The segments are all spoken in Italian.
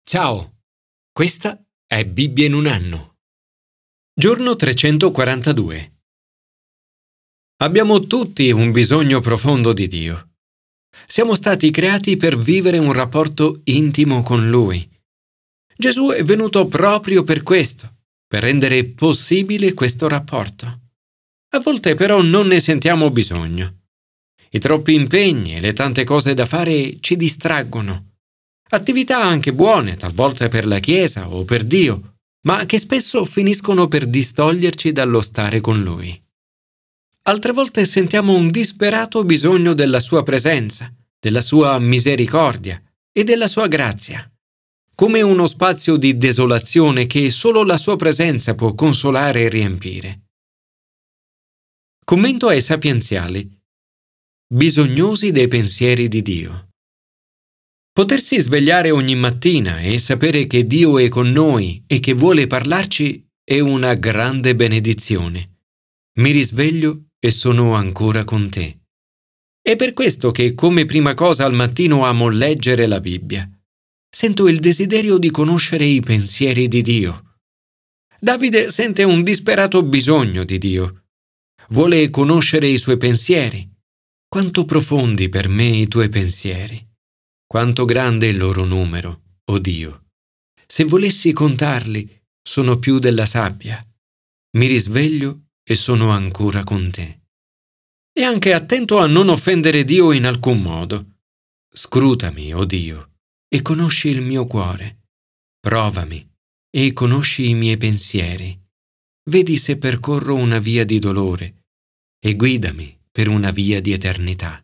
Ciao, questa è Bibbia in un anno. Giorno 342. Abbiamo tutti un bisogno profondo di Dio. Siamo stati creati per vivere un rapporto intimo con Lui. Gesù è venuto proprio per questo, per rendere possibile questo rapporto. A volte però non ne sentiamo bisogno. I troppi impegni e le tante cose da fare ci distraggono. Attività anche buone, talvolta per la Chiesa o per Dio, ma che spesso finiscono per distoglierci dallo stare con Lui. Altre volte sentiamo un disperato bisogno della Sua presenza, della Sua misericordia e della Sua grazia, come uno spazio di desolazione che solo la Sua presenza può consolare e riempire. Commento ai sapienziali. Bisognosi dei pensieri di Dio. Potersi svegliare ogni mattina e sapere che Dio è con noi e che vuole parlarci è una grande benedizione. Mi risveglio e sono ancora con te. È per questo che come prima cosa al mattino amo leggere la Bibbia. Sento il desiderio di conoscere i pensieri di Dio. Davide sente un disperato bisogno di Dio. Vuole conoscere i suoi pensieri. Quanto profondi per me i tuoi pensieri. Quanto grande è il loro numero, o Dio. Se volessi contarli, sono più della sabbia. Mi risveglio e sono ancora con te. E anche attento a non offendere Dio in alcun modo. Scrutami, o Dio, e conosci il mio cuore. Provami e conosci i miei pensieri. Vedi se percorro una via di dolore e guidami per una via di eternità.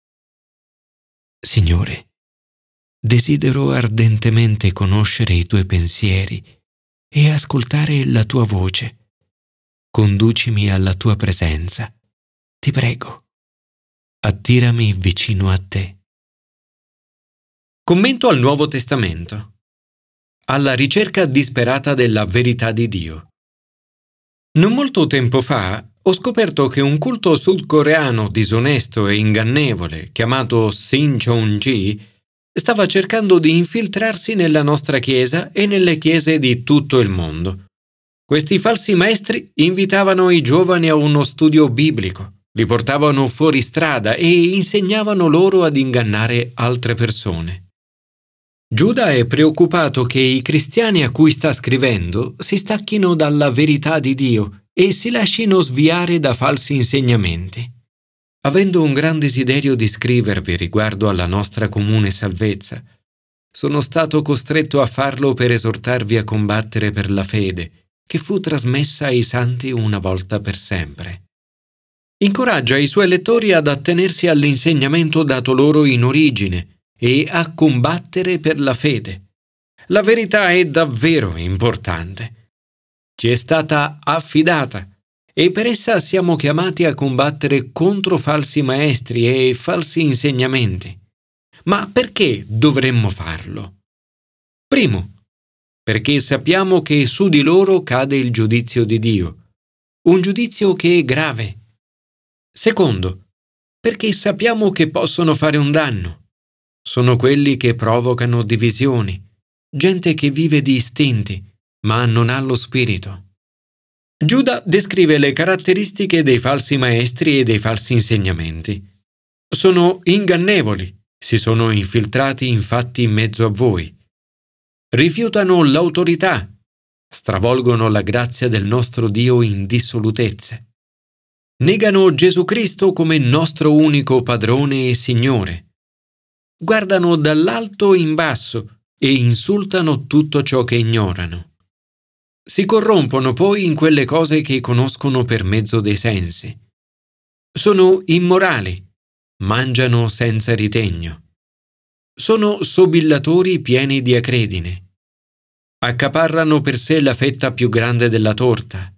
Signore, desidero ardentemente conoscere i tuoi pensieri e ascoltare la tua voce. Conducimi alla tua presenza. Ti prego. Attirami vicino a te. Commento al Nuovo Testamento. Alla ricerca disperata della verità di Dio. Non molto tempo fa ho scoperto che un culto sudcoreano disonesto e ingannevole, chiamato Shincheonji, stava cercando di infiltrarsi nella nostra Chiesa e nelle chiese di tutto il mondo. Questi falsi maestri invitavano i giovani a uno studio biblico, li portavano fuori strada e insegnavano loro ad ingannare altre persone. Giuda è preoccupato che i cristiani a cui sta scrivendo si stacchino dalla verità di Dio e si lascino sviare da falsi insegnamenti. Avendo un gran desiderio di scrivervi riguardo alla nostra comune salvezza, sono stato costretto a farlo per esortarvi a combattere per la fede, che fu trasmessa ai santi una volta per sempre. Incoraggia i suoi lettori ad attenersi all'insegnamento dato loro in origine e a combattere per la fede. La verità è davvero importante. Ci è stata affidata e per essa siamo chiamati a combattere contro falsi maestri e falsi insegnamenti. Ma perché dovremmo farlo? Primo, perché sappiamo che su di loro cade il giudizio di Dio, un giudizio che è grave. Secondo, perché sappiamo che possono fare un danno. Sono quelli che provocano divisioni, gente che vive di istinti, ma non ha lo spirito. Giuda descrive le caratteristiche dei falsi maestri e dei falsi insegnamenti. Sono ingannevoli, si sono infiltrati infatti in mezzo a voi. Rifiutano l'autorità, stravolgono la grazia del nostro Dio in dissolutezze. Negano Gesù Cristo come nostro unico padrone e Signore. Guardano dall'alto in basso e insultano tutto ciò che ignorano. Si corrompono poi in quelle cose che conoscono per mezzo dei sensi. Sono immorali, mangiano senza ritegno. Sono sobillatori pieni di acredine. Accaparrano per sé la fetta più grande della torta.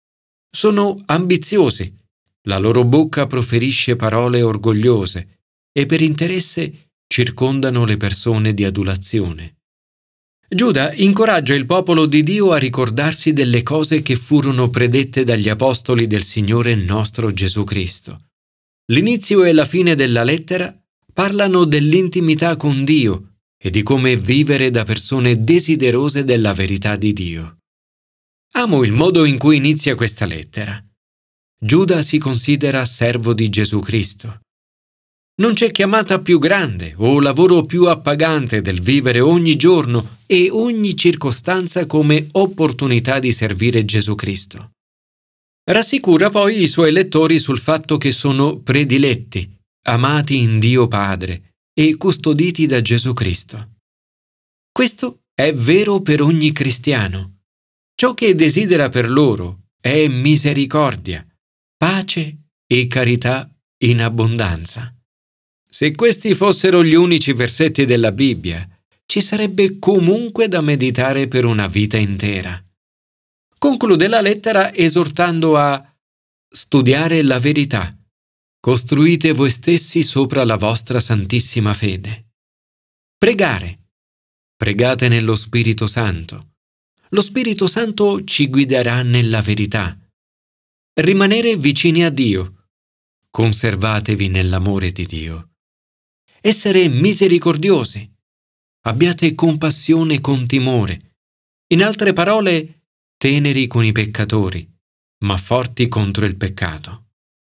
Sono ambiziosi, la loro bocca proferisce parole orgogliose e per interesse circondano le persone di adulazione. Giuda incoraggia il popolo di Dio a ricordarsi delle cose che furono predette dagli apostoli del Signore nostro Gesù Cristo. L'inizio e la fine della lettera parlano dell'intimità con Dio e di come vivere da persone desiderose della verità di Dio. Amo il modo in cui inizia questa lettera. Giuda si considera servo di Gesù Cristo. Non c'è chiamata più grande o lavoro più appagante del vivere ogni giorno e ogni circostanza come opportunità di servire Gesù Cristo. Rassicura poi i suoi lettori sul fatto che sono prediletti, amati in Dio Padre e custoditi da Gesù Cristo. Questo è vero per ogni cristiano. Ciò che desidera per loro è misericordia, pace e carità in abbondanza. Se questi fossero gli unici versetti della Bibbia, ci sarebbe comunque da meditare per una vita intera. Conclude la lettera esortando a studiare la verità. Costruite voi stessi sopra la vostra santissima fede. Pregare. Pregate nello Spirito Santo. Lo Spirito Santo ci guiderà nella verità. Rimanere vicini a Dio. Conservatevi nell'amore di Dio. Essere misericordiosi. Abbiate compassione con timore. In altre parole, teneri con i peccatori, ma forti contro il peccato.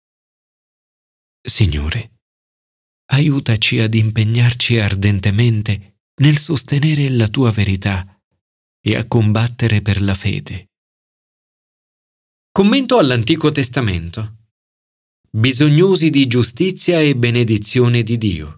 Signore, aiutaci ad impegnarci ardentemente nel sostenere la Tua verità e a combattere per la fede. Commento all'Antico Testamento. Bisognosi di giustizia e benedizione di Dio.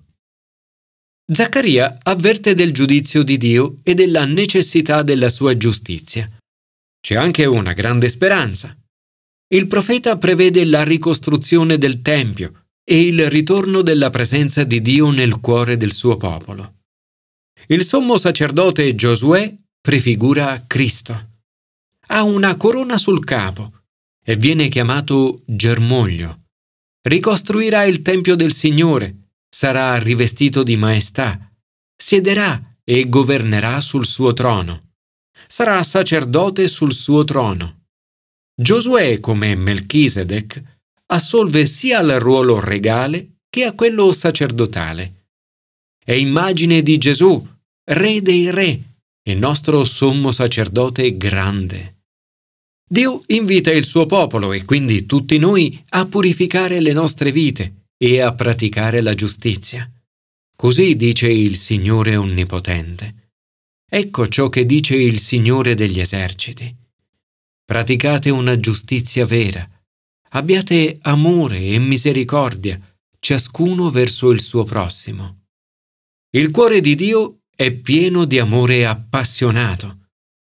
Zaccaria avverte del giudizio di Dio e della necessità della sua giustizia. C'è anche una grande speranza. Il profeta prevede la ricostruzione del Tempio e il ritorno della presenza di Dio nel cuore del suo popolo. Il sommo sacerdote Giosuè prefigura Cristo. Ha una corona sul capo e viene chiamato germoglio. Ricostruirà il Tempio del Signore, sarà rivestito di maestà, siederà e governerà sul suo trono. Sarà sacerdote sul suo trono. Giosuè, come Melchisedec, assolve sia al ruolo regale che a quello sacerdotale. È immagine di Gesù, Re dei Re e nostro sommo sacerdote grande. Dio invita il suo popolo e quindi tutti noi a purificare le nostre vite e a praticare la giustizia. Così dice il Signore Onnipotente. Ecco ciò che dice il Signore degli eserciti. Praticate una giustizia vera, abbiate amore e misericordia, ciascuno verso il suo prossimo. Il cuore di Dio è pieno di amore appassionato.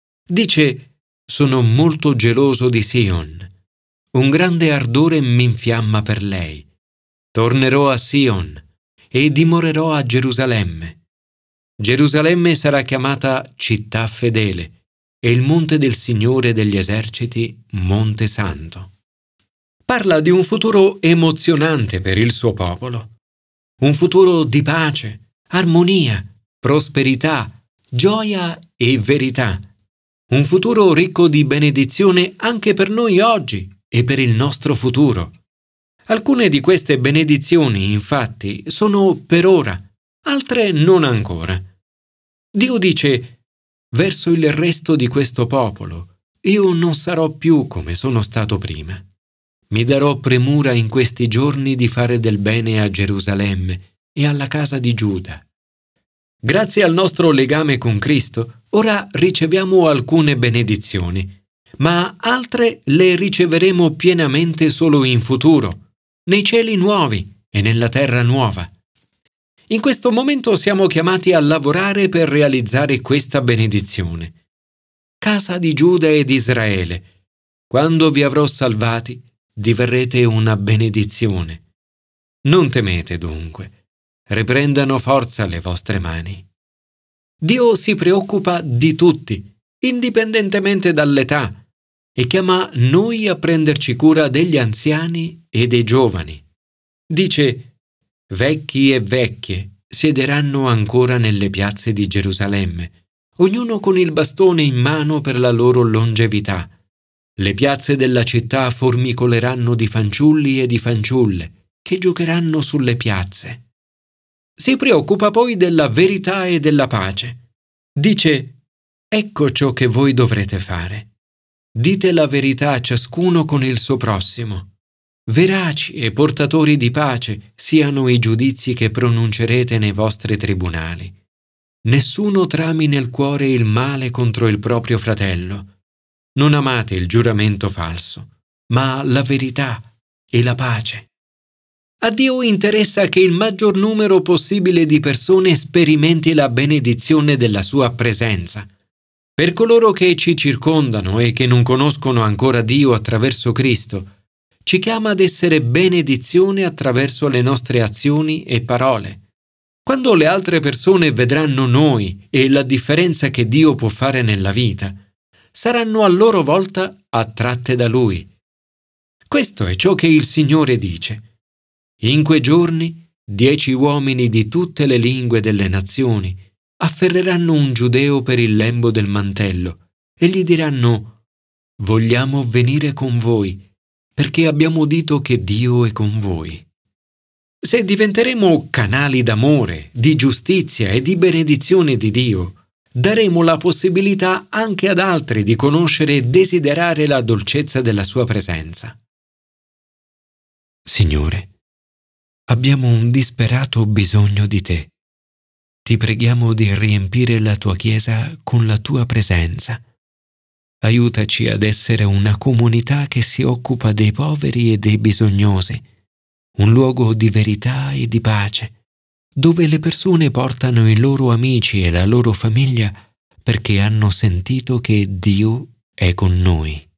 Dice: sono molto geloso di Sion. Un grande ardore m'infiamma per lei. Tornerò a Sion e dimorerò a Gerusalemme. Gerusalemme sarà chiamata città fedele e il monte del Signore degli eserciti, Monte Santo. Parla di un futuro emozionante per il suo popolo. Un futuro di pace, armonia, prosperità, gioia e verità. Un futuro ricco di benedizione anche per noi oggi e per il nostro futuro. Alcune di queste benedizioni, infatti, sono per ora, altre non ancora. Dio dice: verso il resto di questo popolo, io non sarò più come sono stato prima. Mi darò premura in questi giorni di fare del bene a Gerusalemme e alla casa di Giuda. Grazie al nostro legame con Cristo, ora riceviamo alcune benedizioni, ma altre le riceveremo pienamente solo in futuro, nei cieli nuovi e nella terra nuova. In questo momento siamo chiamati a lavorare per realizzare questa benedizione. Casa di Giuda ed Israele, quando vi avrò salvati, diverrete una benedizione. Non temete dunque, riprendano forza le vostre mani. Dio si preoccupa di tutti, indipendentemente dall'età, e chiama noi a prenderci cura degli anziani e dei giovani. Dice: vecchi e vecchie siederanno ancora nelle piazze di Gerusalemme, ognuno con il bastone in mano per la loro longevità. Le piazze della città formicoleranno di fanciulli e di fanciulle che giocheranno sulle piazze. Si preoccupa poi della verità e della pace. Dice: ecco ciò che voi dovrete fare. Dite la verità a ciascuno con il suo prossimo. Veraci e portatori di pace siano i giudizi che pronuncerete nei vostri tribunali. Nessuno trami nel cuore il male contro il proprio fratello. Non amate il giuramento falso, ma la verità e la pace. A Dio interessa che il maggior numero possibile di persone sperimenti la benedizione della sua presenza. Per coloro che ci circondano e che non conoscono ancora Dio attraverso Cristo, ci chiama ad essere benedizione attraverso le nostre azioni e parole. Quando le altre persone vedranno noi e la differenza che Dio può fare nella vita, saranno a loro volta attratte da Lui. Questo è ciò che il Signore dice. In quei giorni 10 uomini di tutte le lingue delle nazioni afferreranno un giudeo per il lembo del mantello e gli diranno: vogliamo venire con voi, perché abbiamo udito che Dio è con voi. Se diventeremo canali d'amore, di giustizia e di benedizione di Dio, daremo la possibilità anche ad altri di conoscere e desiderare la dolcezza della sua presenza. Signore, abbiamo un disperato bisogno di te. Ti preghiamo di riempire la tua Chiesa con la tua presenza. Aiutaci ad essere una comunità che si occupa dei poveri e dei bisognosi, un luogo di verità e di pace, dove le persone portano i loro amici e la loro famiglia perché hanno sentito che Dio è con noi.